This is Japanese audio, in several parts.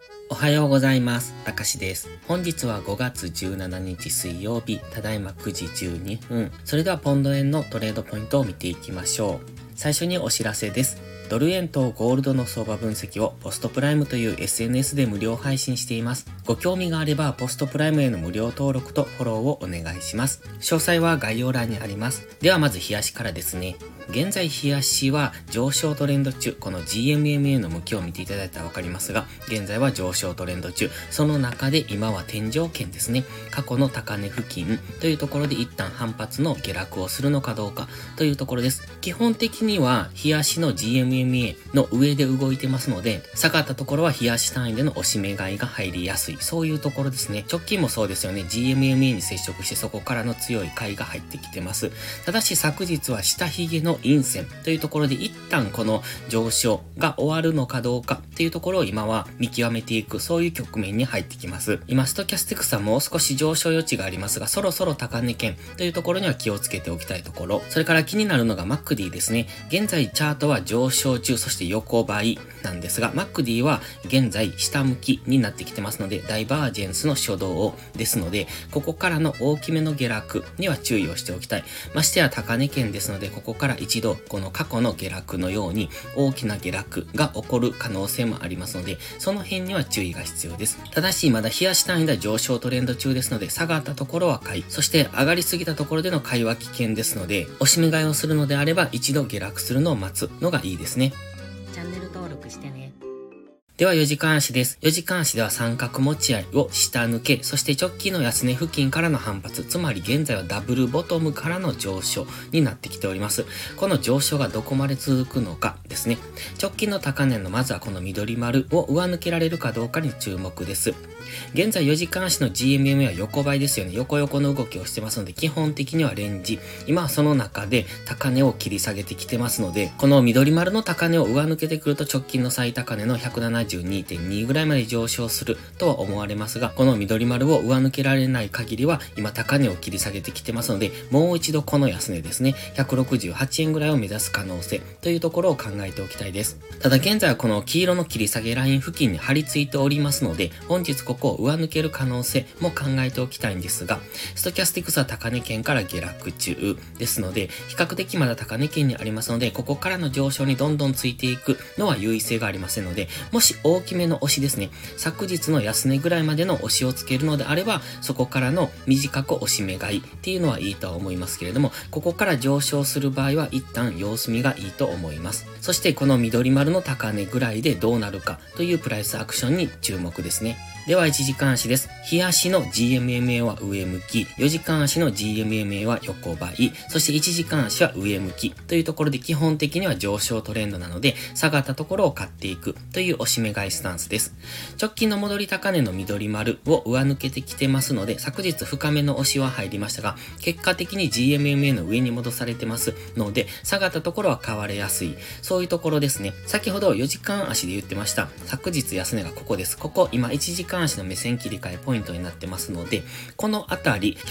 おはようございます。たかしです。本日は5月17日水曜日、ただいま9時12分。それではポンド円のトレードポイントを見ていきましょう。最初にお知らせです。ドル円とゴールドの相場分析をポストプライムという SNS で無料配信しています。ご興味があればポストプライムへの無料登録とフォローをお願いします。詳細は概要欄にあります。ではまず日足からですね。現在日足は上昇トレンド中、この GMMA の向きを見ていただいたらわかりますが、現在は上昇トレンド中、その中で今は天井圏ですね。過去の高値付近というところで一旦反発の下落をするのかどうかというところです。基本的には日足の GMMA の上で動いてますので、下がったところは日足単位での押し目買いが入りやすい、そういうところですね。直近もそうですよね。GMMA に接触してそこからの強い買いが入ってきてます。ただし昨日は下髭の陰線というところで一旦この上昇が終わるのかどうかっていうところを今は見極めていく、そういう局面に入ってきます。今ストキャスティクスはもう少し上昇余地がありますが、そろそろ高値圏というところには気をつけておきたいところ。それから気になるのが MACD ですね。現在チャートは上昇中、そして横ばいなんですが、MACD は現在下向きになってきてますので、ダイバージェンスの初動ですので、ここからの大きめの下落には注意をしておきたい。ましてや高値圏ですので、ここから一度この過去の下落のように大きな下落が起こる可能性もありますので、その辺には注意が必要です。ただしまだ日足単位では上昇トレンド中ですので、下がったところは買い、そして上がりすぎたところでの買いは危険ですので、押し目買いをするのであれば一度下落するのを待つのがいいですね。 チャンネル登録してね。 では4時間足です。4時間足では三角持ち合いを下抜け、そして直近の安値付近からの反発、つまり現在はダブルボトムからの上昇になってきております。この上昇がどこまで続くのかですね。直近の高値のまずはこの緑丸を上抜けられるかどうかに注目です。現在4時間足の GMMA は横ばいですよね。横横の動きをしてますので、基本的にはレンジ。今はその中で高値を切り下げてきてますので、この緑丸の高値を上抜けてくると直近の最高値の 172.2 ぐらいまで上昇するとは思われますが、この緑丸を上抜けられない限りは、今高値を切り下げてきてますので、もう一度この安値ですね、168円ぐらいを目指す可能性というところを考えておきたいです。ただ現在はこの黄色の切り下げライン付近に張り付いておりますので、本日ここを上抜ける可能性も考えておきたいんですが、ストキャスティクスは高値圏から下落中ですので、比較的まだ高値圏にありますので、ここからの上昇にどんどんついていくのは優位性がありませんので、もし大きめの押しですね、昨日の安値ぐらいまでの押しをつけるのであれば、そこからの短く押し目買いっていうのはいいとは思いますけれども、ここから上昇する場合は一旦様子見がいいと思います。そしてこの緑丸の高値ぐらいでどうなるかというプライスアクションに注目ですね。では1時間足です。日足の GMMA は上向き、4時間足の GMMA は横ばい、そして1時間足は上向きというところで基本的には上昇トレンドなので、下がったところを買っていくという押し目買いスタンスです。直近の戻り高値の緑丸を上抜けてきてますので、昨日深めの押しは入りましたが、結果的に GMMA の上に戻されてますので、下がったところは買われやすい、そういうところですね。先ほど4時間足で言ってました。昨日安値がここです。ここ今1時間足の目線切り替えポイントになってますので、このあたり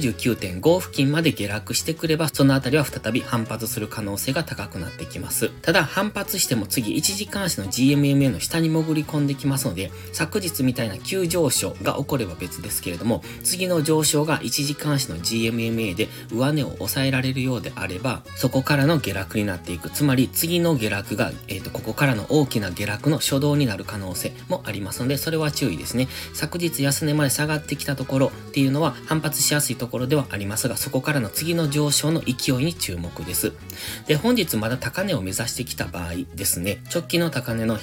169.5 付近まで下落してくれば、そのあたりは再び反発する可能性が高くなってきます。ただ反発しても次1時間足の GMMA の下に潜り込んできますので、昨日みたいな急上昇が起これば別ですけれども、次の上昇が1時間足の GMMA で上値を抑えられるようであれば、そこからの下落になっていく。つまり次の下落が、ここからの大きな下落の初動になる可能性もありますので、それは注意ですね。昨日安値まで下がってきたところっていうのは反発しやすいところではありますが、そこからの次の上昇の勢いに注目です。で、本日まだ高値を目指してきた場合ですね、直近の高値の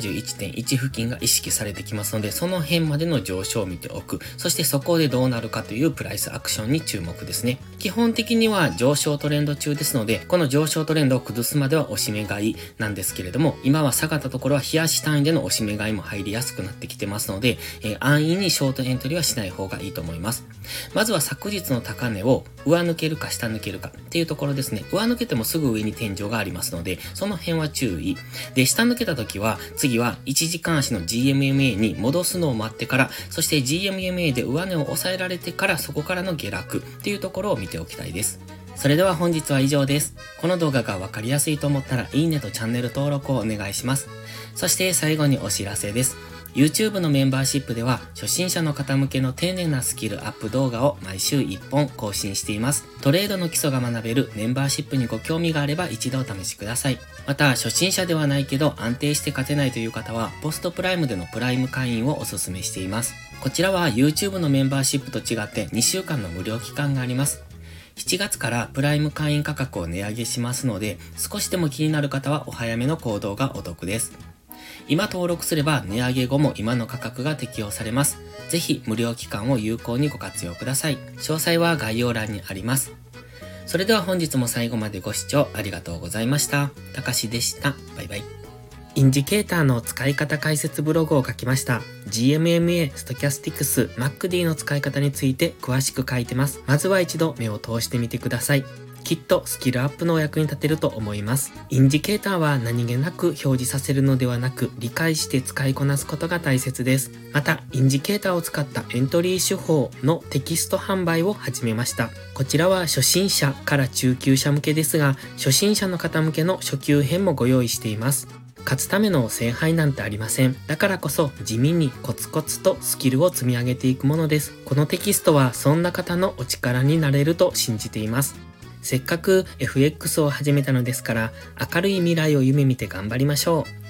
171.1 付近が意識されてきますので、その辺までの上昇を見ておく。そしてそこでどうなるかというプライスアクションに注目ですね。基本的には上昇トレンド中ですので、この上昇トレンドを崩すまでは押し目買いなんですけれども、今は下がったところは日足単位での押し目買いも入りやすくなってきてますので、安易にショートエントリーはしない方がいいと思います。まずは昨日の高値を上抜けるか下抜けるかっていうところですね。上抜けてもすぐ上に天井がありますので、その辺は注意。で、下抜けた時は、次は1時間足の GMMA に戻すのを待ってから、そして GMMA で上値を抑えられてから、そこからの下落っていうところを見ておきたいです。それでは本日は以上です。この動画がわかりやすいと思ったら、いいねとチャンネル登録をお願いします。そして最後にお知らせです。 YouTube のメンバーシップでは初心者の方向けの丁寧なスキルアップ動画を毎週1本更新しています。トレードの基礎が学べるメンバーシップにご興味があれば一度お試しください。また初心者ではないけど安定して勝てないという方はポストプライムでのプライム会員をお勧めしています。こちらは YouTube のメンバーシップと違って2週間の無料期間があります。7月からプライム会員価格を値上げしますので、少しでも気になる方はお早めの行動がお得です。今登録すれば値上げ後も今の価格が適用されます。ぜひ無料期間を有効にご活用ください。詳細は概要欄にあります。それでは本日も最後までご視聴ありがとうございました。たかしでした。バイバイ。インジケーターの使い方解説ブログを書きました。GMMA、ストキャスティクス、MACD の使い方について詳しく書いてます。まずは一度目を通してみてください。きっとスキルアップのお役に立てると思います。インジケーターは何気なく表示させるのではなく、理解して使いこなすことが大切です。また、インジケーターを使ったエントリー手法のテキスト販売を始めました。こちらは初心者から中級者向けですが、初心者の方向けの初級編もご用意しています。勝つための聖杯なんてありません。だからこそ地味にコツコツとスキルを積み上げていくものです。このテキストはそんな方のお力になれると信じています。せっかく FX を始めたのですから、明るい未来を夢見て頑張りましょう。